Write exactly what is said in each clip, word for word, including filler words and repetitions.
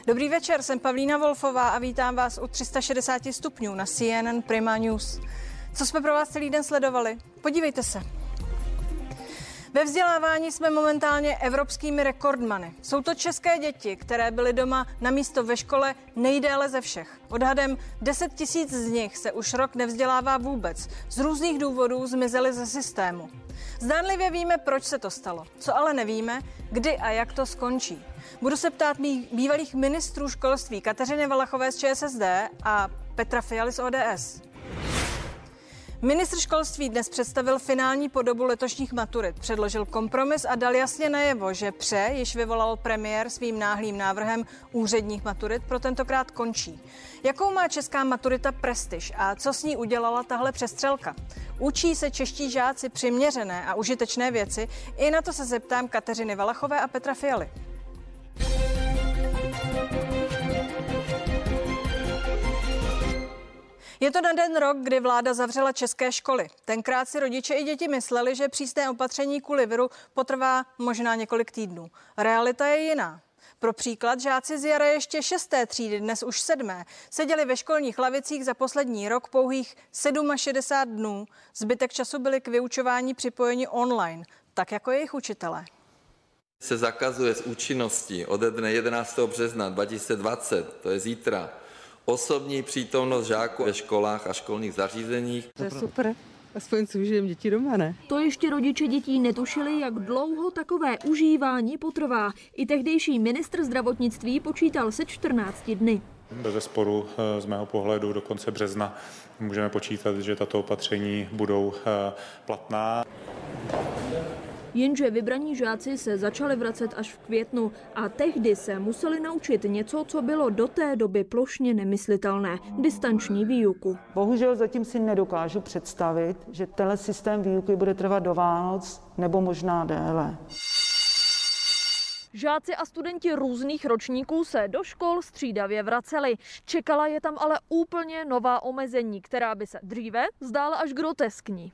Dobrý večer, jsem Pavlína Wolfová a vítám vás u tři sta šedesát stupňů na C N N Prima News. Co jsme pro vás celý den sledovali? Podívejte se. Ve vzdělávání jsme momentálně evropskými rekordmany. Jsou to české děti, které byly doma na místo ve škole nejdéle ze všech. Odhadem deset tisíc z nich se už rok nevzdělává vůbec. Z různých důvodů zmizely ze systému. Zdánlivě víme, proč se to stalo. Co ale nevíme, kdy a jak to skončí. Budu se ptát mých bývalých ministrů školství Kateřiny Valachové z Č S S D a Petra Fialy z O D S. Ministr školství dnes představil finální podobu letošních maturit. Předložil kompromis a dal jasně najevo, že pře, již vyvolal premiér svým náhlým návrhem úředních maturit, pro tentokrát končí. Jakou má česká maturita prestiž a co s ní udělala tahle přestřelka? Učí se čeští žáci přiměřené a užitečné věci? I na to se zeptám Kateřiny Valachové a Petra Fialy. Je to na den rok, kdy vláda zavřela české školy. Tenkrát si rodiče i děti mysleli, že přísné opatření kvůli viru potrvá možná několik týdnů. Realita je jiná. Pro příklad, žáci z jara ještě šesté třídy, dnes už sedmé, seděli ve školních lavicích za poslední rok pouhých šedesát sedm dnů. Zbytek času byli k vyučování připojeni online, tak jako jejich učitelé. Se zakazuje s účinností ode dne jedenáctého března dva tisíce dvacet, to je zítra, osobní přítomnost žáků ve školách a školních zařízeních. To je super. Aspoň si užijeme děti doma, ne? To ještě rodiče dětí netušili, jak dlouho takové užívání potrvá. I tehdejší ministr zdravotnictví počítal se čtrnácti dny. Bezesporu z mého pohledu do konce března můžeme počítat, že tato opatření budou platná. Jenže vybraní žáci se začali vracet až v květnu a tehdy se museli naučit něco, co bylo do té doby plošně nemyslitelné – distanční výuku. Bohužel zatím si nedokážu představit, že tenhle systém výuky bude trvat do Vánoc nebo možná déle. Žáci a studenti různých ročníků se do škol střídavě vraceli. Čekala je tam ale úplně nová omezení, která by se dříve zdála až groteskní.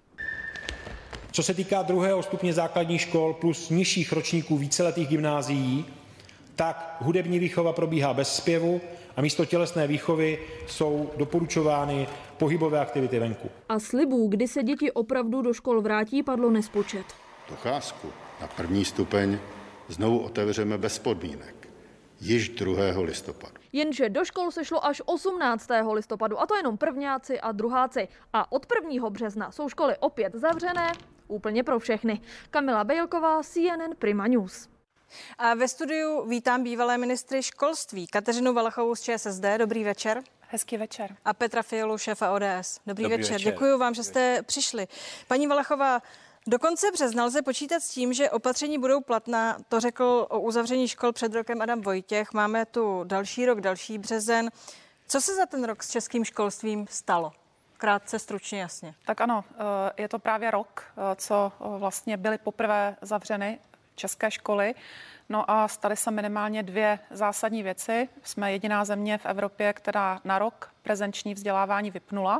Co se týká druhého stupně základních škol plus nižších ročníků víceletých gymnázií, tak hudební výchova probíhá bez zpěvu a místo tělesné výchovy jsou doporučovány pohybové aktivity venku. A slibů, kdy se děti opravdu do škol vrátí, padlo nespočet. Docházku na první stupeň znovu otevřeme bez podmínek. Již druhého listopadu. Jenže do škol se šlo až osmnáctého listopadu, a to jenom prvňáci a druháci. A od prvního března jsou školy opět zavřené, úplně pro všechny. Kamila Bejlková, C N N Prima News. A ve studiu vítám bývalé ministry školství Kateřinu Valachovou z Č S S D. Dobrý večer. Hezký večer. A Petra Fialu, šéfa O D S. Dobrý, Dobrý večer. večer. Děkuji vám, že jste přišli. Paní Valachová, do konce března lze počítat s tím, že opatření budou platná. To řekl o uzavření škol před rokem Adam Vojtěch. Máme tu další rok, další březen. Co se za ten rok s českým školstvím stalo? Krátce, stručně, jasně. Tak ano, je to právě rok, co vlastně byly poprvé zavřeny české školy. No a staly se minimálně dvě zásadní věci. Jsme jediná země v Evropě, která na rok prezenční vzdělávání vypnula.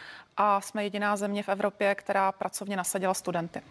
A jsme jediná země v Evropě, která pracovně nasadila studenty.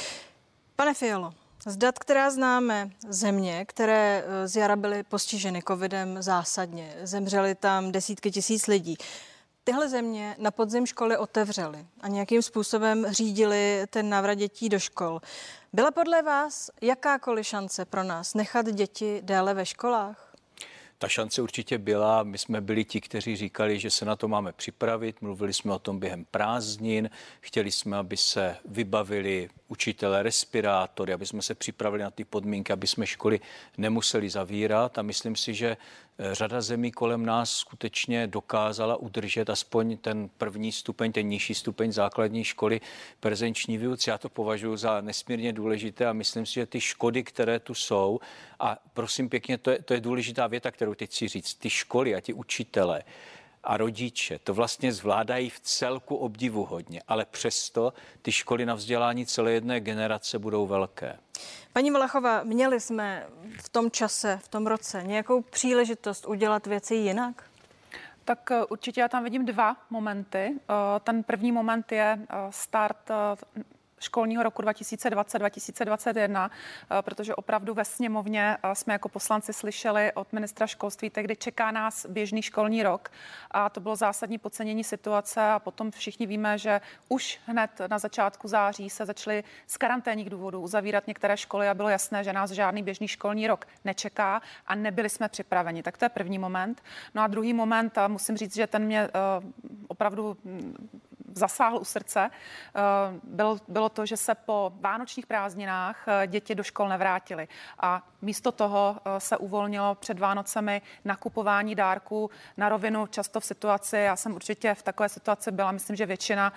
Pane Fialo, z dat, která známe, země, které z jara byly postiženy covidem zásadně, zemřely tam desítky tisíc lidí. Tyhle země na podzim školy otevřely a nějakým způsobem řídily ten návrat dětí do škol. Byla podle vás jakákoliv šance pro nás nechat děti déle ve školách? Ta šance určitě byla. My jsme byli ti, kteří říkali, že se na to máme připravit. Mluvili jsme o tom během prázdnin. Chtěli jsme, aby se vybavili učitelé respirátory, aby jsme se připravili na ty podmínky, aby jsme školy nemuseli zavírat. A myslím si, že řada zemí kolem nás skutečně dokázala udržet aspoň ten první stupeň, ten nižší stupeň základní školy prezenční výuce. Já to považuji za nesmírně důležité a myslím si, že ty škody, které tu jsou, a prosím pěkně, to je, to je důležitá věta, kterou teď chci říct, ty školy a ti učitelé a rodiče to vlastně zvládají v celku obdivuhodně, ale přesto ty školy na vzdělání celé jedné generace budou velké. Paní Valachová, měli jsme v tom čase, v tom roce nějakou příležitost udělat věci jinak? Tak určitě já tam vidím dva momenty. Ten první moment je start školního roku dva tisíce dvacet dva tisíce dvacet jedna, protože opravdu ve sněmovně jsme jako poslanci slyšeli od ministra školství, tehdy čeká nás běžný školní rok a to bylo zásadní podcenění situace a potom všichni víme, že už hned na začátku září se začaly z karanténních důvodů uzavírat některé školy a bylo jasné, že nás žádný běžný školní rok nečeká a nebyli jsme připraveni. Tak to je první moment. No a druhý moment, a musím říct, že ten mě uh, opravdu zasáhl u srdce, bylo, bylo to, že se po vánočních prázdninách děti do škol nevrátily. A místo toho se uvolnilo před Vánocemi nakupování dárků na rovinu, často v situaci, já jsem určitě v takové situaci byla, myslím, že většina,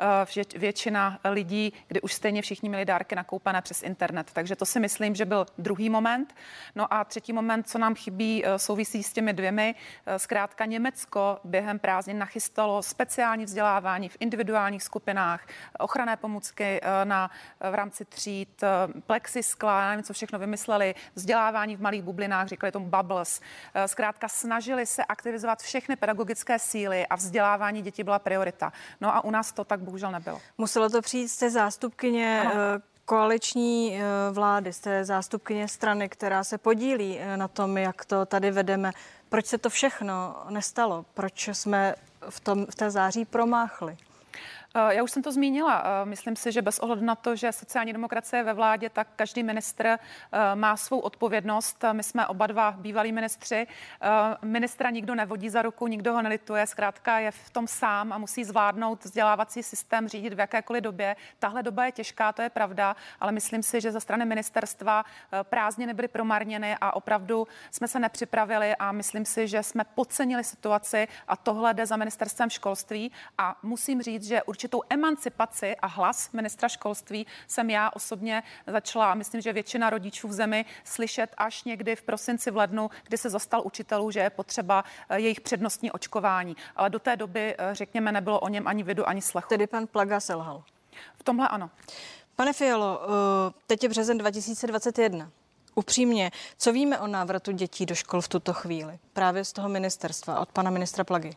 většina lidí, kdy už stejně všichni měli dárky nakoupené přes internet. Takže to si myslím, že byl druhý moment. No a třetí moment, co nám chybí, souvisí s těmi dvěmi. Zkrátka Německo během prázdnin nachystalo speciální vzdělávání v individuálních skupinách, ochranné pomůcky na, v rámci tříd, plexiskla, nevím, co všechno vymysleli, vzdělávání v malých bublinách, říkali tomu bubbles. Zkrátka snažili se aktivizovat všechny pedagogické síly a vzdělávání dětí byla priorita. No a u nás to tak bohužel nebylo. Muselo to přijít z té zástupkyně ano. koaliční vlády, z té zástupkyně strany, která se podílí na tom, jak to tady vedeme. Proč se to všechno nestalo? Proč jsme v, tom, v té září promáchli? Já už jsem to zmínila. Myslím si, že bez ohledu na to, že sociální demokracie je ve vládě, tak každý ministr má svou odpovědnost. My jsme oba dva bývalí ministři. Ministra nikdo nevodí za ruku, nikdo ho nelituje. Zkrátka je v tom sám a musí zvládnout vzdělávací systém, řídit v jakékoliv době. Tahle doba je těžká, to je pravda, ale myslím si, že ze strany ministerstva prázdniny byly promarněny a opravdu jsme se nepřipravili a myslím si, že jsme podcenili situaci a tohle jde za ministerstvem školství a musím říct, že určitě tou emancipaci a hlas ministra školství jsem já osobně začala a myslím, že většina rodičů v zemi slyšet až někdy v prosinci, v lednu, kdy se zastal učitelů, že je potřeba jejich přednostní očkování. Ale do té doby, řekněme, nebylo o něm ani vidu, ani slechu. Tedy pan Plaga selhal. V tomhle ano. Pane Fialo, teď je březen dva tisíce dvacet jedna. Upřímně, co víme o návratu dětí do škol v tuto chvíli? Právě z toho ministerstva, od pana ministra Plagy.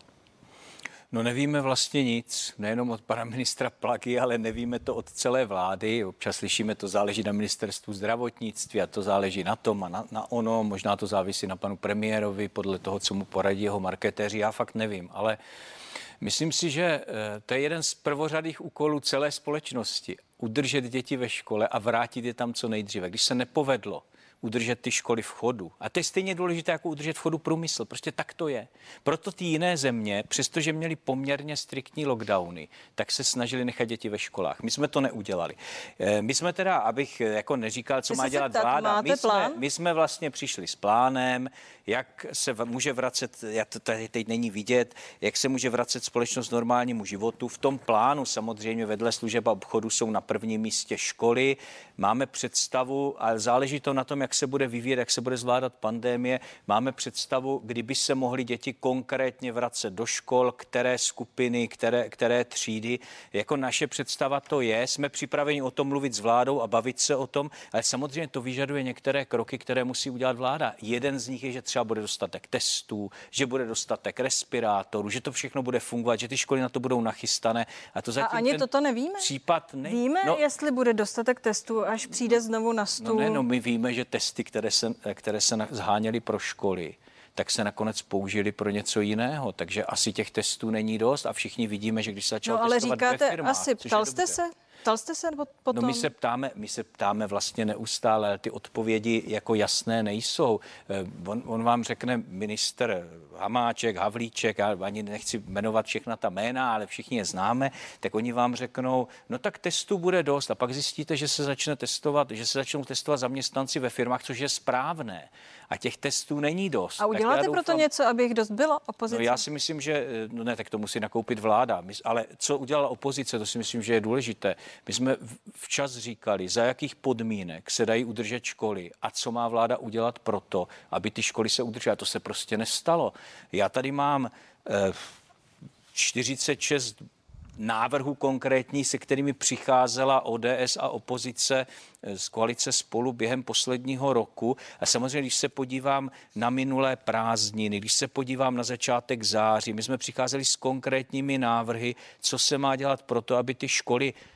No nevíme vlastně nic, nejenom od pana ministra Plagy, ale nevíme to od celé vlády. Občas slyšíme, to záleží na ministerstvu zdravotnictví a to záleží na tom a na, na ono. Možná to závisí na panu premiérovi podle toho, co mu poradí jeho marketéři. Já fakt nevím, ale myslím si, že to je jeden z prvořadých úkolů celé společnosti. Udržet děti ve škole a vrátit je tam co nejdříve. Když se nepovedlo udržet ty školy v chodu. A to je stejně důležité, jako udržet v chodu průmysl. Prostě tak to je. Proto ty jiné země, přestože měli poměrně striktní lockdowny, tak se snažili nechat děti ve školách. My jsme to neudělali. My jsme teda, abych jako neříkal, co Ty má dělat vláda, my jsme, my jsme vlastně přišli s plánem, jak se může vracet, jak to tady teď není vidět, jak se může vracet společnost normálnímu životu. V tom plánu samozřejmě vedle služeb a obchodu jsou na prvním místě školy. Máme představu, ale záleží to na tom, jak se bude vyvíjet, jak se bude zvládat pandemie. Máme představu, kdyby se mohly děti konkrétně vracet do škol, které skupiny, které, které třídy. Jako naše představa to je. Jsme připraveni o tom mluvit s vládou a bavit se o tom, ale samozřejmě to vyžaduje některé kroky, které musí udělat vláda. Jeden z nich je, že třeba bude dostatek testů, že bude dostatek respirátorů, že to všechno bude fungovat, že ty školy na to budou nachystané. A, to zatím a ani toto nevíme? Případ ne... Víme, no, jestli bude dostatek testů, až přijde znovu na stůl? No ne, no my víme, že testy, které se, které se zháněly pro školy, tak se nakonec použili pro něco jiného. Takže asi těch testů není dost a všichni vidíme, že když se začalo no, ale testovat říkáte, ve firmách, asi ptal jste se? Ptal jste se potom? No my se ptáme, my se ptáme vlastně neustále, ale ty odpovědi jako jasné nejsou. On, on vám řekne ministr Hamáček, Havlíček, já ani nechci jmenovat všechna ta jména, ale všichni je známe, tak oni vám řeknou, no tak testů bude dost a pak zjistíte, že se začne testovat, že se začnou testovat zaměstnanci ve firmách, což je správné. A těch testů není dost. A uděláte doufám, proto něco, aby jich dost bylo, opozice? No já si myslím, že, no ne, tak to musí nakoupit vláda, ale co udělala opozice, to si myslím, že je důležité. My jsme včas říkali, za jakých podmínek se dají udržet školy a co má vláda udělat proto, aby ty školy se udržely. A to se prostě nestalo. Já tady mám eh, čtyřicet šest návrhů konkrétní, se kterými přicházela O D S a opozice z koalice Spolu během posledního roku. A samozřejmě, když se podívám na minulé prázdniny, když se podívám na začátek září, my jsme přicházeli s konkrétními návrhy, co se má dělat proto, aby ty školy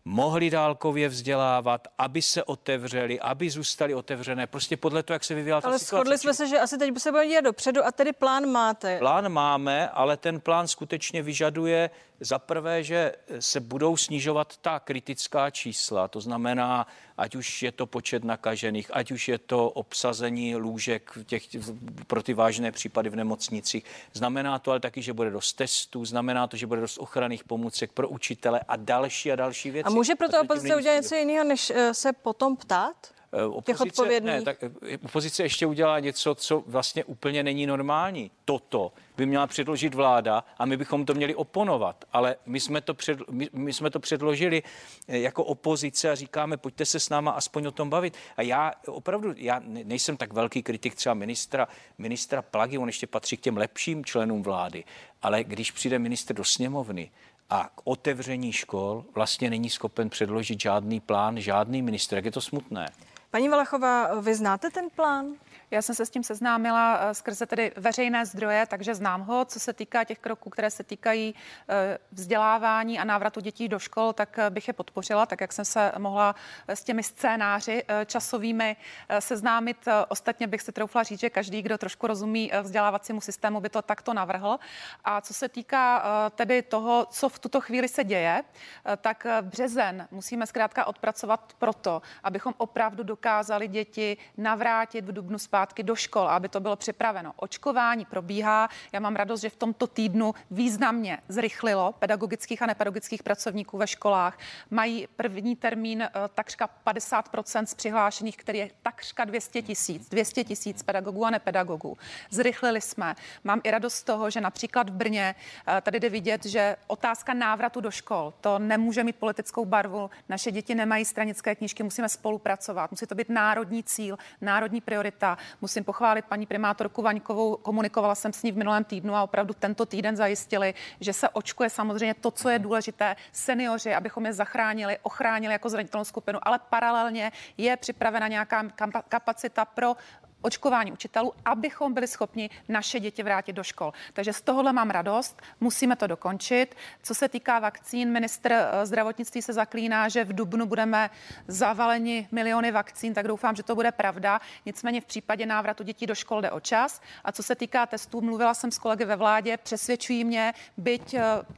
mohli dálkově vzdělávat, aby se otevřeli, aby zůstali otevřené, prostě podle toho, jak se vyvíjela ta ale situace. Ale shodli jsme se, že asi teď se bude dělat dopředu a tedy plán máte. Plán máme, ale ten plán skutečně vyžaduje za prvé, že se budou snižovat ta kritická čísla, to znamená, ať už je to počet nakažených, ať už je to obsazení lůžek těch, pro ty vážné případy v nemocnicích. Znamená to ale taky, že bude dost testů, znamená to, že bude dost ochranných pomůcek pro učitele a další a další věci. A může proto opozice udělat něco jiného, než se potom ptát? Opozice, ne, tak opozice ještě udělá něco, co vlastně úplně není normální. Toto by měla předložit vláda a my bychom to měli oponovat. Ale my jsme to, před, my, my jsme to předložili jako opozice a říkáme, pojďte se s náma aspoň o tom bavit. A já opravdu, já nejsem tak velký kritik třeba ministra, ministra Plagy, on ještě patří k těm lepším členům vlády. Ale když přijde ministr do sněmovny a k otevření škol vlastně není schopen předložit žádný plán, žádný ministr, jak je to smutné. Paní Valachová, vy znáte ten plán? Já jsem se s tím seznámila skrze tedy veřejné zdroje, takže znám ho. Co se týká těch kroků, které se týkají vzdělávání a návratu dětí do škol, tak bych je podpořila, tak jak jsem se mohla s těmi scénáři časovými seznámit. Ostatně bych si troufla říct, že každý, kdo trošku rozumí vzdělávacímu systému, by to takto navrhl. A co se týká tedy toho, co v tuto chvíli se děje, tak březen musíme zkrátka odpracovat proto, abychom opravdu dokázali děti navrátit v dubnu zpátky do škol, aby to bylo připraveno. Očkování probíhá. Já mám radost, že v tomto týdnu významně zrychlilo pedagogických a nepedagogických pracovníků ve školách. Mají první termín takřka padesát procent z přihlášených, který je takřka dvě stě tisíc. dvě stě tisíc pedagogů a nepedagogů. Zrychlili jsme. Mám i radost z toho, že například v Brně tady jde vidět, že otázka návratu do škol, to nemůže mít politickou barvu. Naše děti nemají stranické knížky, musíme spolupracovat. Musí to být národní cíl, národní priorita. Musím pochválit paní primátorku Vaňkovou, komunikovala jsem s ní v minulém týdnu a opravdu tento týden zajistili, že se očkuje samozřejmě to, co je důležité, seniori, abychom je zachránili, ochránili jako zranitelnou skupinu, ale paralelně je připravena nějaká kapacita pro očkování učitelů, abychom byli schopni naše děti vrátit do škol. Takže z tohohle mám radost, musíme to dokončit. Co se týká vakcín, ministr zdravotnictví se zaklíná, že v dubnu budeme zavaleni miliony vakcín, tak doufám, že to bude pravda. Nicméně v případě návratu dětí do škol jde o čas. A co se týká testů, mluvila jsem s kolegy ve vládě, přesvědčují mě, byť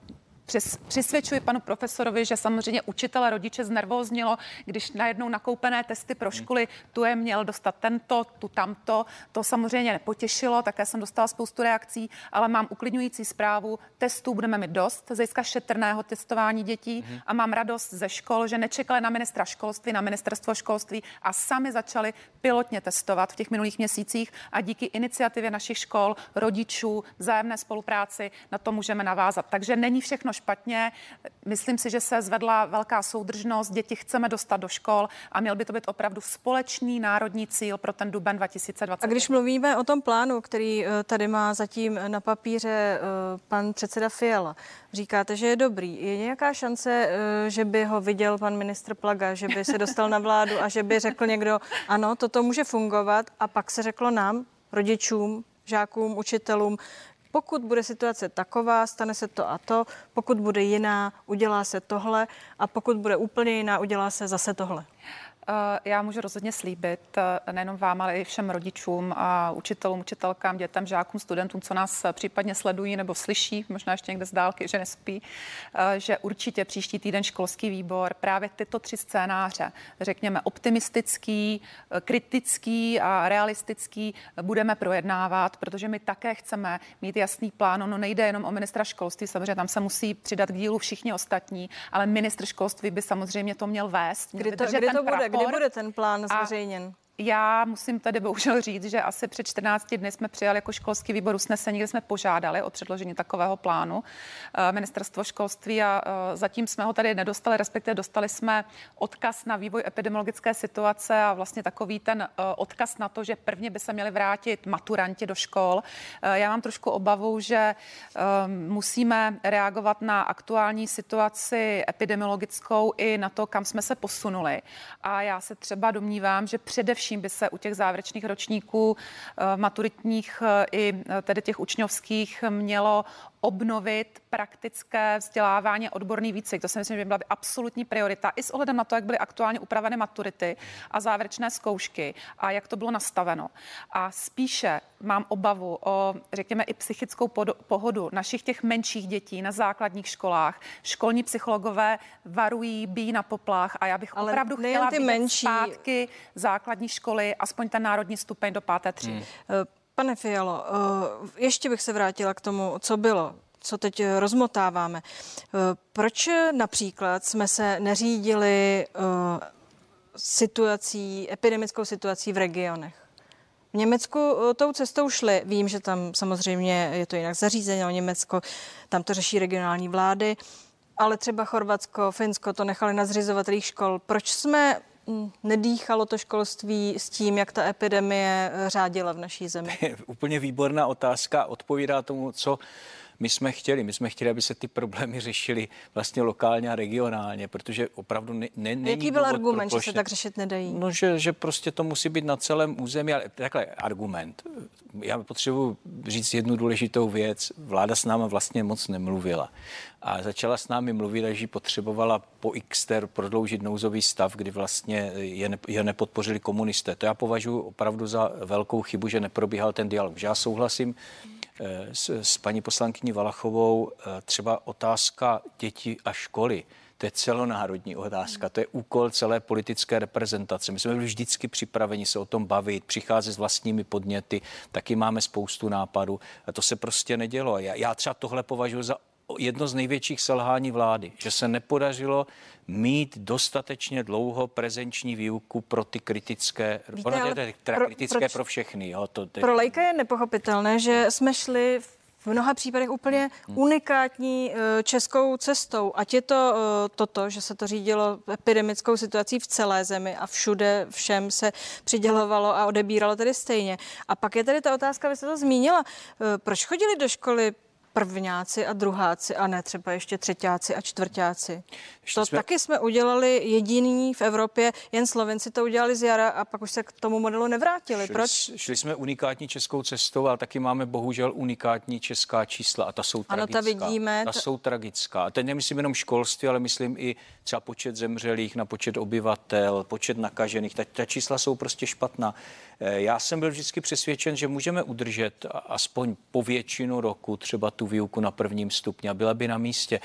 Přes, přisvědčuji panu profesorovi, že samozřejmě učitele rodiče znervóznilo, když najednou nakoupené testy pro školy, tu je měl dostat tento, tu tamto. To samozřejmě nepotěšilo, také jsem dostala spoustu reakcí, ale mám uklidňující zprávu. Testů budeme mít dost, z hlediska šetrného testování dětí mm. a mám radost ze škol, že nečekali na ministra školství, na ministerstvo školství a sami začali pilotně testovat v těch minulých měsících a díky iniciativě našich škol, rodičů, vzájemné spolupráci na to můžeme navázat. Takže není všechno špatně. Myslím si, že se zvedla velká soudržnost, děti chceme dostat do škol a měl by to být opravdu společný národní cíl pro ten duben dva tisíce dvacet. A když mluvíme o tom plánu, který tady má zatím na papíře pan předseda Fiala, říkáte, že je dobrý. Je nějaká šance, že by ho viděl pan ministr Plaga, že by se dostal na vládu a že by řekl někdo, ano, toto může fungovat a pak se řeklo nám, rodičům, žákům, učitelům, pokud bude situace taková, stane se to a to, pokud bude jiná, udělá se tohle a pokud bude úplně jiná, udělá se zase tohle. Já můžu rozhodně slíbit nejenom vám, ale i všem rodičům a učitelům, učitelkám, dětem, žákům, studentům, co nás případně sledují nebo slyší, možná ještě někde z dálky, že nespí, že určitě příští týden školský výbor právě tyto tři scénáře, řekněme optimistický, kritický a realistický, budeme projednávat, protože my také chceme mít jasný plán. No nejde jenom o ministra školství, samozřejmě tam se musí přidat k dílu všichni ostatní, ale ministr školství by samozřejmě to měl vést. Kdy to, kdy to bude? Kdy bude ten plán zveřejněn? Já musím tady bohužel říct, že asi před čtrnácti dny jsme přijali jako školský výbor usnesení, kde jsme požádali o předložení takového plánu ministerstvo školství a zatím jsme ho tady nedostali, respektive dostali jsme odkaz na vývoj epidemiologické situace a vlastně takový ten odkaz na to, že prvně by se měli vrátit maturanti do škol. Já mám trošku obavu, že musíme reagovat na aktuální situaci epidemiologickou i na to, kam jsme se posunuli. A já se třeba domnívám, že především by se u těch závěrečných ročníků maturitních i tedy těch učňovských mělo obnovit praktické vzdělávání a odborný výcvik. To si myslím, že by byla absolutní priorita i s ohledem na to, jak byly aktuálně upraveny maturity a závěrečné zkoušky a jak to bylo nastaveno. A spíše mám obavu o, řekněme, i psychickou pohodu našich těch menších dětí na základních školách. Školní psychologové varují, bíjí na poplach a já bych Ale opravdu chtěla vidět menší... zpátky základní školy, aspoň ten národní stupeň do páté třídy. Hmm. Pane Fialo, ještě bych se vrátila k tomu, co bylo, co teď rozmotáváme. Proč například jsme se neřídili situací, epidemickou situací v regionech? V Německu tou cestou šli. Vím, že tam samozřejmě je to jinak zařízeno, Německo, tam to řeší regionální vlády, ale třeba Chorvatsko, Finsko to nechali na zřizovatelích škol. Proč jsme nedýchalo to školství s tím, jak ta epidemie řádila v naší zemi? Úplně výborná otázka, odpovídá tomu, co my jsme chtěli. My jsme chtěli, aby se ty problémy řešily vlastně lokálně a regionálně, protože opravdu ne, ne, není Jaký byl argument, že se tak řešit nedají? No, že, že prostě to musí být na celém území, ale takhle argument. Já potřebuji říct jednu důležitou věc. Vláda s náma vlastně moc nemluvila. A začala s námi mluvit, že potřebovala po Xter prodloužit nouzový stav, kdy vlastně je, ne, je nepodpořili komunisté. To já považuji opravdu za velkou chybu, že neprobíhal ten dialog. Že já souhlasím s, s paní poslankyní Valachovou, třeba otázka dětí a školy. To je celonárodní otázka, to je úkol celé politické reprezentace. My jsme byli vždycky připraveni se o tom bavit, přicházet s vlastními podněty, taky máme spoustu nápadů. A to se prostě nedělo. Já, já třeba tohle považuji za jedno z největších selhání vlády, že se nepodařilo mít dostatečně dlouho prezenční výuku pro ty kritické, Víte, ono je teda pro, kritické proč, pro všechny. Jo, to, to, pro laika je nepochopitelné, že jsme šli v mnoha případech úplně unikátní českou cestou. Ať je to toto, že se to řídilo epidemickou situací v celé zemi a všude všem se přidělovalo a odebíralo tedy stejně. A pak je tady ta otázka, vy jste to zmínila, proč chodili do školy prvňáci a druháci a ne třeba ještě třeťáci a čtvrťáci. To jsme... taky jsme udělali jediný v Evropě, jen Slovenci to udělali z jara a pak už se k tomu modelu nevrátili. Šli, Proč? Šli jsme unikátní českou cestou, ale taky máme bohužel unikátní česká čísla a ta jsou ano, tragická. Ta vidíme. Ta jsou tragická. A teď nemyslím jenom školství, ale myslím i třeba počet zemřelých na počet obyvatel, počet nakažených. Ta, ta čísla jsou prostě špatná. Já jsem byl vždycky přesvědčen, že můžeme udržet aspoň po většinu roku třeba tu výuku na prvním stupni a byla by na místě.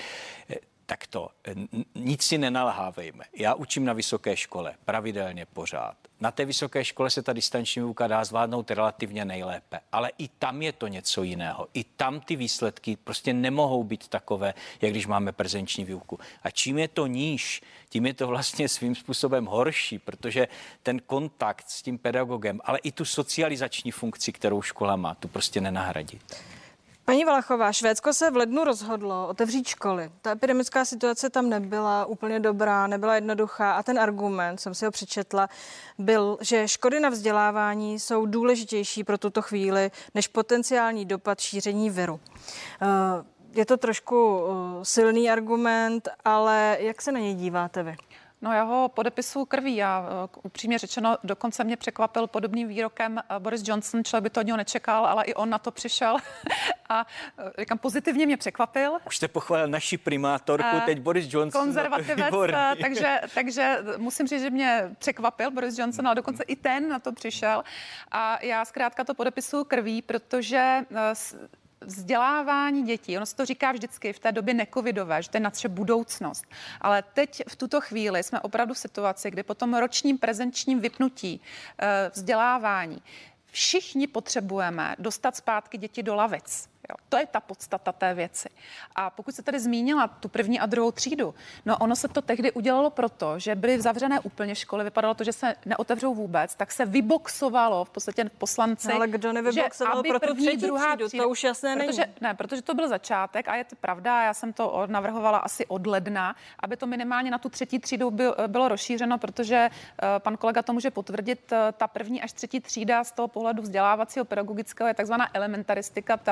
Tak to, nic si nenalhávejme. Já učím na vysoké škole pravidelně pořád. Na té vysoké škole se ta distanční výuka dá zvládnout relativně nejlépe, ale i tam je to něco jiného. I tam ty výsledky prostě nemohou být takové, jak když máme prezenční výuku. A čím je to níž, tím je to vlastně svým způsobem horší, protože ten kontakt s tím pedagogem, ale i tu socializační funkci, kterou škola má, tu prostě nenahradí. Paní Valachová, Švédsko se v lednu rozhodlo otevřít školy. Ta epidemická situace tam nebyla úplně dobrá, nebyla jednoduchá a ten argument, jsem si ho přečetla, byl, že škody na vzdělávání jsou důležitější pro tuto chvíli než potenciální dopad šíření viru. Je to trošku silný argument, ale jak se na něj díváte vy? No, já ho podepisuju krví a upřímně řečeno dokonce mě překvapil podobným výrokem Boris Johnson, člověk by to od něho nečekal, ale i on na to přišel a říkám, pozitivně mě překvapil. Už jste pochválil naši primátorku, teď Boris Johnson. Konzervativec, takže, takže musím říct, že mě překvapil Boris Johnson, ale dokonce i ten na to přišel a já zkrátka to podepisuju krví, protože vzdělávání dětí, ono se to říká vždycky v té době necovidové, že to je naše budoucnost. Ale teď v tuto chvíli jsme opravdu v situaci, kdy po tom ročním prezenčním vypnutí vzdělávání všichni potřebujeme dostat zpátky děti do lavic. Jo, to je ta podstata té věci. A pokud se tady zmínila tu první a druhou třídu, no ono se to tehdy udělalo proto, že byly zavřené úplně školy, vypadalo to, že se neotevřou vůbec, tak se vyboxovalo v podstatě poslanci. No, ale kdo nevyboxoval pro tu třetí druhá třídu, třídu, to už jasné protože, není. Ne, protože to byl začátek a je to pravda, já jsem to navrhovala asi od ledna, aby to minimálně na tu třetí třídu bylo rozšířeno, protože pan kolega to může potvrdit, ta první až třetí třída z toho pohledu vzdělávacího pedagogického je takzvaná elementaristika, tam se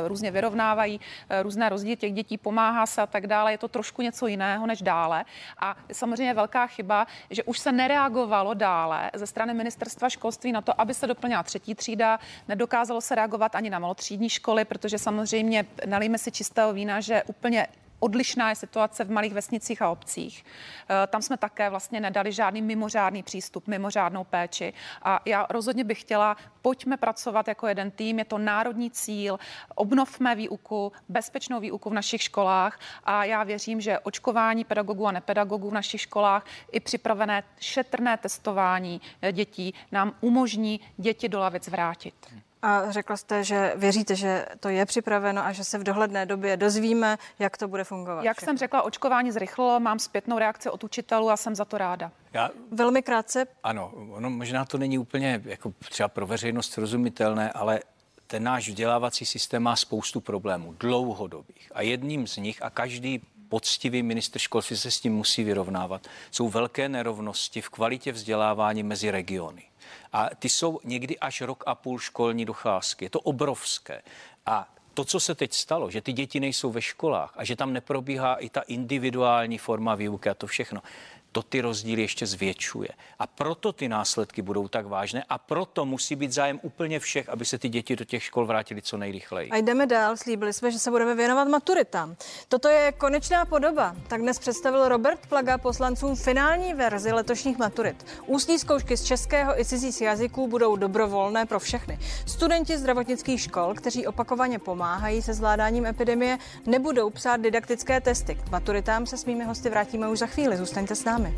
různě vyrovnávají různé rozdíly těch dětí, pomáhá se a tak dále. Je to trošku něco jiného než dále. A samozřejmě velká chyba, že už se nereagovalo dále ze strany ministerstva školství na to, aby se doplnila třetí třída. Nedokázalo se reagovat ani na malotřídní školy, protože samozřejmě nalijme si čistého vína, že úplně odlišná je situace v malých vesnicích a obcích. Tam jsme také vlastně nedali žádný mimořádný přístup, mimořádnou péči. A já rozhodně bych chtěla, pojďme pracovat jako jeden tým, je to národní cíl, obnovme výuku, bezpečnou výuku v našich školách a já věřím, že očkování pedagogů a nepedagogů v našich školách i připravené šetrné testování dětí nám umožní děti do lavic vrátit. A řekla jste, že věříte, že to je připraveno a že se v dohledné době dozvíme, jak to bude fungovat. Jak všechno. Jsem řekla, očkování zrychlilo, mám zpětnou reakci od učitelů a jsem za to ráda. Já... Velmi krátce. Ano, ono možná to není úplně jako třeba pro veřejnost srozumitelné, ale ten náš vzdělávací systém má spoustu problémů, dlouhodobých. A jedním z nich, a každý poctivý ministr školství se s tím musí vyrovnávat, jsou velké nerovnosti v kvalitě vzdělávání mezi regiony. A ty jsou někdy až rok a půl školní docházky. Je to obrovské. A to, co se teď stalo, že ty děti nejsou ve školách a že tam neprobíhá i ta individuální forma výuky a to všechno, to ty rozdíly ještě zvětšuje. A proto ty následky budou tak vážné a proto musí být zájem úplně všech, aby se ty děti do těch škol vrátily co nejrychleji. A jdeme dál, slíbili jsme, že se budeme věnovat maturitám. Toto je konečná podoba. Tak dnes představil Robert Plaga poslancům finální verzi letošních maturit. Ústní zkoušky z českého i cizích jazyků budou dobrovolné pro všechny. Studenti zdravotnických škol, kteří opakovaně pomáhají se zvládáním epidemie, nebudou psát didaktické testy. K maturitám se s mými hosty vrátíme už za chvíli. Zůstaňte s námi.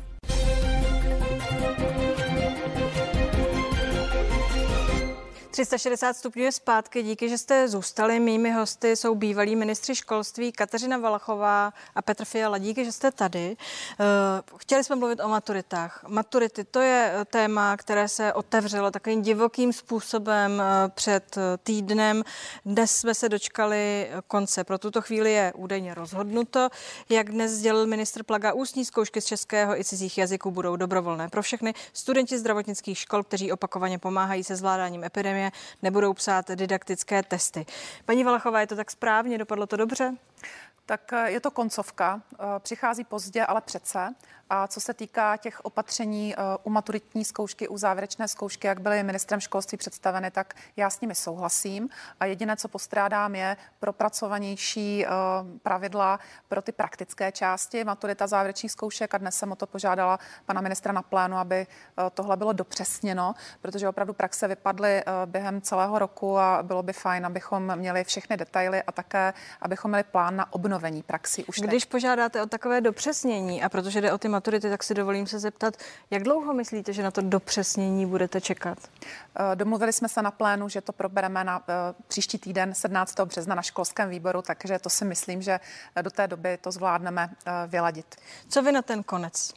tři sta šedesát stupňů je zpátky, díky, že jste zůstali. Mými hosty jsou bývalí ministři školství Kateřina Valachová a Petr Fiala. Díky, že jste tady. Chtěli jsme mluvit o maturitách. Maturity, to je téma, které se otevřelo takovým divokým způsobem před týdnem. Dnes jsme se dočkali konce. Pro tuto chvíli je údajně rozhodnuto. Jak dnes sdělil ministr Plaga, ústní zkoušky z českého i cizích jazyků budou dobrovolné pro všechny. Studenti zdravotnických škol, kteří opakovaně pomáhají se zvládáním epidemie, nebudou psát didaktické testy. Paní Valachová, je to tak správně? Dopadlo to dobře? Tak je to koncovka. Přichází pozdě, ale přece. A co se týká těch opatření u maturitní zkoušky, u závěrečné zkoušky, jak byly ministrem školství představeny, tak já s nimi souhlasím. A jediné, co postrádám, je propracovanější pravidla pro ty praktické části maturita závěrečných zkoušek. A dnes jsem o to požádala pana ministra na plénu, aby tohle bylo dopřesněno, protože opravdu praxe vypadly během celého roku a bylo by fajn, abychom měli všechny detaily a také, abychom měli plán na obnovení praxi už teď. Když požádáte o takové dopřesnění, a protože jde o ty maturity, tak si dovolím se zeptat, jak dlouho myslíte, že na to dopřesnění budete čekat? Domluvili jsme se na plénu, že to probereme na příští týden sedmnáctého března na školském výboru, takže to si myslím, že do té doby to zvládneme vyladit. Co vy na ten konec?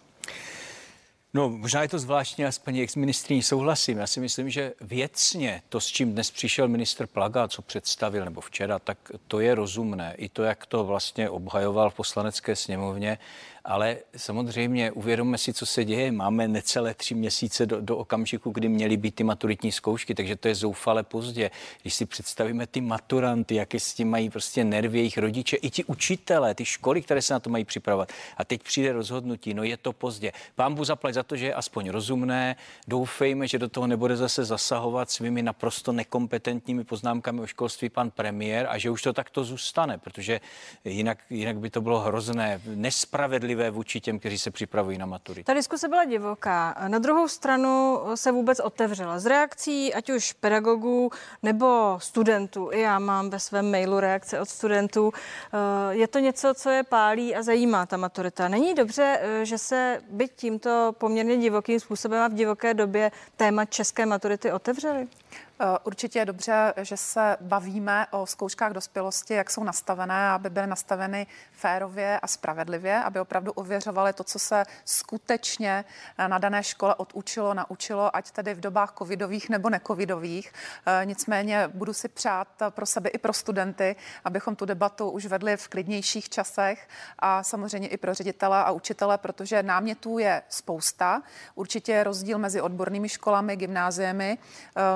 No, možná je to zvláštní, ale s paní exministryní souhlasím. Já si myslím, že věcně to, s čím dnes přišel ministr Plaga, co představil, nebo včera, tak to je rozumné. I to, jak to vlastně obhajoval v poslanecké sněmovně, ale samozřejmě uvědomme si, co se děje. Máme necelé tři měsíce do, do okamžiku, kdy měly být ty maturitní zkoušky, takže to je zoufale pozdě. Když si představíme ty maturanty, jaké s tím mají prostě nervy jejich rodiče, i ti učitelé, ty školy, které se na to mají připravovat. A teď přijde rozhodnutí, no je to pozdě. Pán Bůh zaplať za to, že je aspoň rozumné. Doufejme, že do toho nebude zase zasahovat svými naprosto nekompetentními poznámkami o školství pan premiér a že už to takto zůstane, protože jinak, jinak by to bylo hrozné, nespravedlivé vůči těm, kteří se připravují na maturitu. Ta diskuse byla divoká. Na druhou stranu se vůbec otevřela. Z reakcí ať už pedagogů nebo studentů. I já mám ve svém mailu reakce od studentů. Je to něco, co je pálí a zajímá ta maturita. Není dobře, že se byť tímto poměrně divokým způsobem a v divoké době téma české maturity otevřely? Určitě je dobře, že se bavíme o zkouškách dospělosti, jak jsou nastavené, aby byly nastaveny férově a spravedlivě, aby opravdu ověřovaly to, co se skutečně na dané škole odučilo, naučilo, ať tedy v dobách covidových nebo necovidových. Nicméně budu si přát pro sebe i pro studenty, abychom tu debatu už vedli v klidnějších časech a samozřejmě i pro ředitele a učitele, protože námětů je spousta. Určitě je rozdíl mezi odbornými školami, gymnáziemi,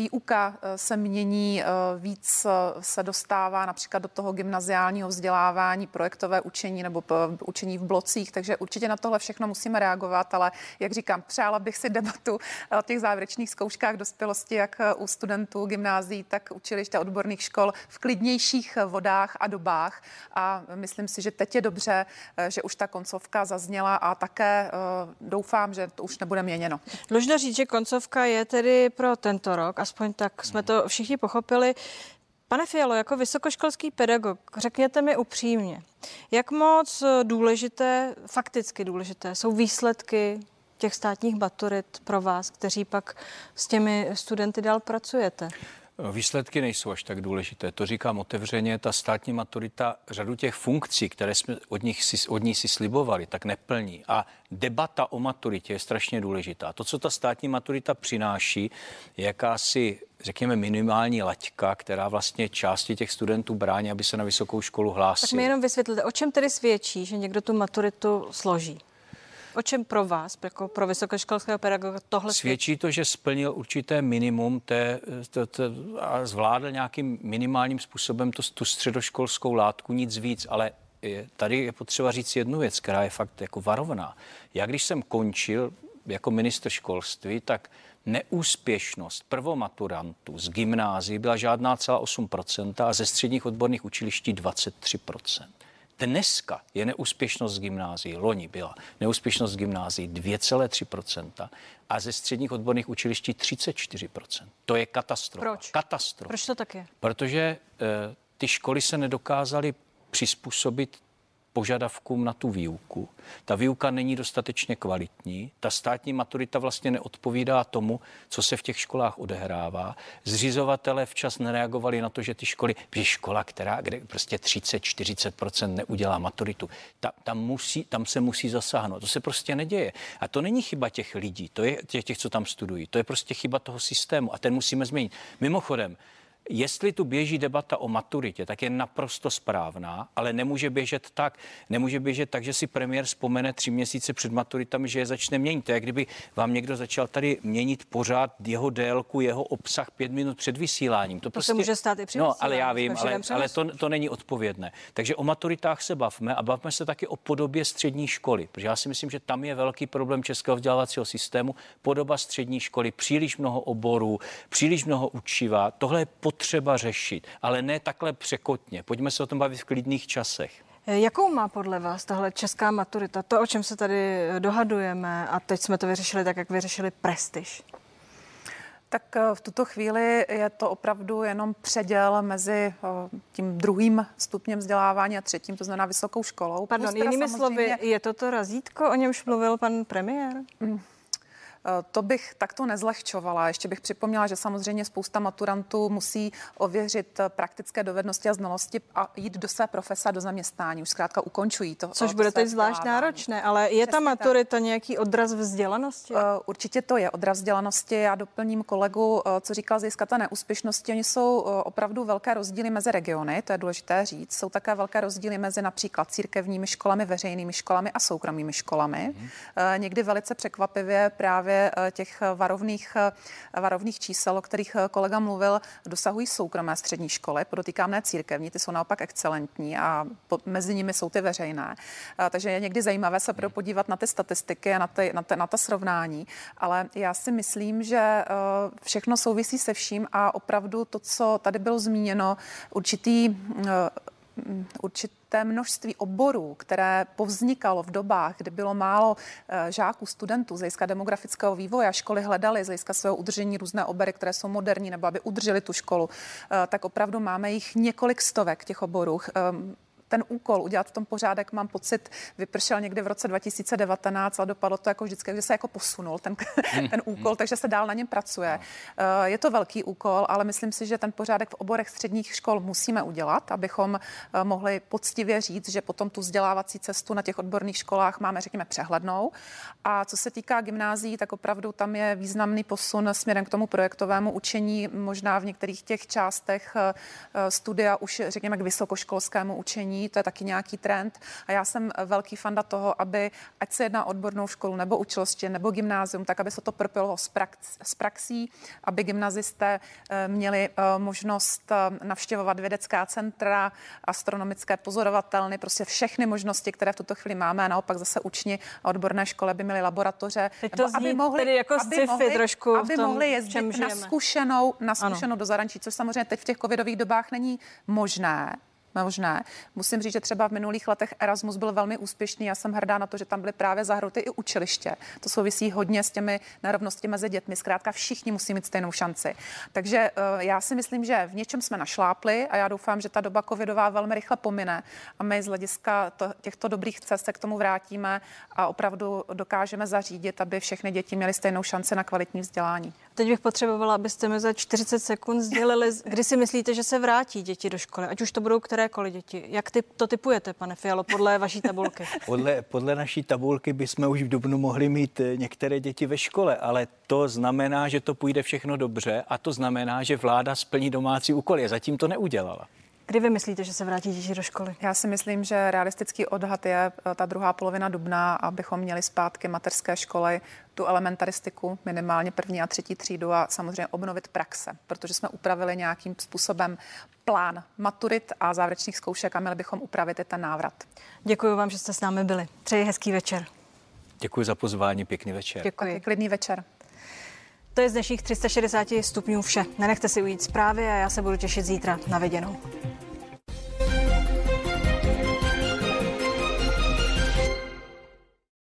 výuka se mění, víc se dostává například do toho gymnaziálního vzdělávání, projektové učení nebo učení v blocích, takže určitě na tohle všechno musíme reagovat, ale jak říkám, přála bych si debatu o těch závěrečných zkouškách dospělosti, jak u studentů gymnázií, tak učilišť a odborných škol v klidnějších vodách a dobách a myslím si, že teď je dobře, že už ta koncovka zazněla a také doufám, že to už nebude měněno. Dlužno říct, že koncovka je tedy pro tento rok, aspoň tak jsme to všichni pochopili. Pane Fialo, jako vysokoškolský pedagog, řekněte mi upřímně, jak moc důležité, fakticky důležité jsou výsledky těch státních maturit pro vás, kteří pak s těmi studenty dál pracujete? Výsledky nejsou až tak důležité. To říkám otevřeně, ta státní maturita řadu těch funkcí, které jsme od, nich si, od ní si slibovali, tak neplní. A debata o maturitě je strašně důležitá. To, co ta státní maturita přináší, je jakási, řekněme, minimální laťka, která vlastně části těch studentů brání, aby se na vysokou školu hlásili. Tak mi jenom vysvětlete, o čem tedy svědčí, že někdo tu maturitu složí? O čem pro vás, jako pro vysokoškolského pedagoga, tohle svědčí? To, že splnil určité minimum té, to, to, a zvládl nějakým minimálním způsobem to, tu středoškolskou látku, nic víc, ale je, tady je potřeba říct jednu věc, která je fakt jako varovná. Já když jsem končil jako ministr školství, tak neúspěšnost prvomaturantů z gymnázií byla žádná celá osm procent a ze středních odborných učiliští dvacet tři procent. Dneska je neúspěšnost z gymnázií, loni byla neúspěšnost z gymnázií dvě celá tři procenta a ze středních odborných učiliští třicet čtyři procent. To je katastrofa. Proč? Katastrofa. Proč to tak je? Protože e, ty školy se nedokázaly přizpůsobit požadavkům na tu výuku. Ta výuka není dostatečně kvalitní. Ta státní maturita vlastně neodpovídá tomu, co se v těch školách odehrává. Zřizovatelé včas nereagovali na to, že ty školy, že škola, která, kde prostě třicet čtyřicet procent neudělá maturitu, ta, tam, musí, tam se musí zasáhnout. To se prostě neděje. A to není chyba těch lidí, to je těch, těch, co tam studují. To je prostě chyba toho systému a ten musíme změnit. Mimochodem, jestli tu běží debata o maturitě, tak je naprosto správná, ale nemůže běžet tak, nemůže běžet tak, že si premiér vzpomene tři měsíce před maturitami, že je začne měnit. To je, kdyby vám někdo začal tady měnit pořád jeho délku, jeho obsah pět minut před vysíláním. To, to prostě, se může stát i při No, vysílání, ale já vím, ale, ale to, to není odpovědné. Takže o maturitách se bavme a bavme se taky o podobě střední školy, protože já si myslím, že tam je velký problém českého vzdělávacího systému. Podoba střední školy, příliš mnoho oborů, příliš mnoho učiva. Tohle je třeba řešit, ale ne takhle překotně. Pojďme se o tom bavit v klidných časech. Jakou má podle vás tahle česká maturita? To, o čem se tady dohadujeme a teď jsme to vyřešili tak, jak vyřešili prestiž. Tak v tuto chvíli je to opravdu jenom předěl mezi tím druhým stupněm vzdělávání a třetím, to znamená vysokou školou. Pardon, jinými samozřejmě... slovy, je to to razítko, o němž mluvil pan premiér? Mm. To bych takto nezlehčovala. Ještě bych připomněla, že samozřejmě spousta maturantů musí ověřit praktické dovednosti a znalosti a jít do své profese a do zaměstnání. Už zkrátka ukončují to. Což bude teď zvlášť náročné, ale je Přesně ta maturita tak. nějaký odraz vzdělanosti? Určitě to je odraz vzdělanosti. Já doplním kolegu, co říkal z hlediska té neúspěšnosti. Oni jsou opravdu velké rozdíly mezi regiony, to je důležité říct. Jsou také velké rozdíly mezi například církevními školami, veřejnými školami a soukromými školami. Hmm. Někdy velice překvapivě právě těch varovných, varovných čísel, o kterých kolega mluvil, dosahují soukromé střední školy, podotýkám ne církevní, ty jsou naopak excelentní a po, mezi nimi jsou ty veřejné. Takže je někdy zajímavé se podívat na ty statistiky a na, ty, na, ty, na ta srovnání, ale já si myslím, že všechno souvisí se vším a opravdu to, co tady bylo zmíněno, určitý určité množství oborů, které povznikalo v dobách, kdy bylo málo žáků, studentů z hlediska demografického vývoje a školy hledaly z hlediska svého udržení různé obory, které jsou moderní, nebo aby udrželi tu školu, tak opravdu máme jich několik stovek těch oborů. Ten úkol udělat v tom pořádek, mám pocit, vypršel někdy v roce dva tisíce devatenáct a dopadlo to jako vždycky, že se jako posunul ten, ten úkol, takže se dál na něm pracuje. Je to velký úkol, ale myslím si, že ten pořádek v oborech středních škol musíme udělat, abychom mohli poctivě říct, že potom tu vzdělávací cestu na těch odborných školách máme, řekněme, přehlednou. A co se týká gymnázií, tak opravdu tam je významný posun směrem k tomu projektovému učení, možná v některých těch částech studia už, řekněme, k vysokoškolskému učení. školní, to je taky nějaký trend. A já jsem velký fanda toho, aby ať se jedná o odbornou školu nebo učiliště nebo gymnázium, tak aby se to propilo s, prax, s praxí, aby gymnazisté měli možnost navštěvovat vědecká centra, astronomické pozorovatelny, prostě všechny možnosti, které v tuto chvíli máme, a naopak zase učni a odborné školy by měly laboratoře, teď to zní aby mohli, tedy jako aby mohli, trošku aby tom, mohli jezdit na zkušenou, na zkušenou do zahraničí, což samozřejmě teď v těch covidových dobách není možné. Možné. Musím říct, že třeba v minulých letech Erasmus byl velmi úspěšný. Já jsem hrdá na to, že tam byly právě zahrnuty i učiliště. To souvisí hodně s těmi nerovnostmi mezi dětmi. Zkrátka všichni musí mít stejnou šanci. Takže uh, já si myslím, že v něčem jsme našlápli a já doufám, že ta doba covidová velmi rychle pomine a my z hlediska to, těchto dobrých cest se k tomu vrátíme a opravdu dokážeme zařídit, aby všechny děti měly stejnou šanci na kvalitní vzdělání. Teď bych potřebovala, abyste mi za čtyřicet sekund sdělili, kdy si myslíte, že se vrátí děti do školy, ať už to budou kterékoliv děti. Jak ty, to tipujete, pane Fialo, podle vaší tabulky? Podle, podle naší tabulky bychom už v dubnu mohli mít některé děti ve škole, ale to znamená, že to půjde všechno dobře a to znamená, že vláda splní domácí úkoly. Zatím to neudělala. Kdy vy myslíte, že se vrátí děti do školy? Já si myslím, že realistický odhad je ta druhá polovina dubna, abychom měli zpátky mateřské školy, tu elementaristiku, minimálně první a třetí třídu a samozřejmě obnovit praxe, protože jsme upravili nějakým způsobem plán maturit a závěrečných zkoušek a měli bychom upravit i ten návrat. Děkuji vám, že jste s námi byli. Přeji hezký večer. Děkuji za pozvání, pěkný večer. Děkuji. Taky klidný večer. To je z dnešních tři sta šedesát stupňů vše. Nenechte si ujít zprávy a já se budu těšit zítra. Na viděnou.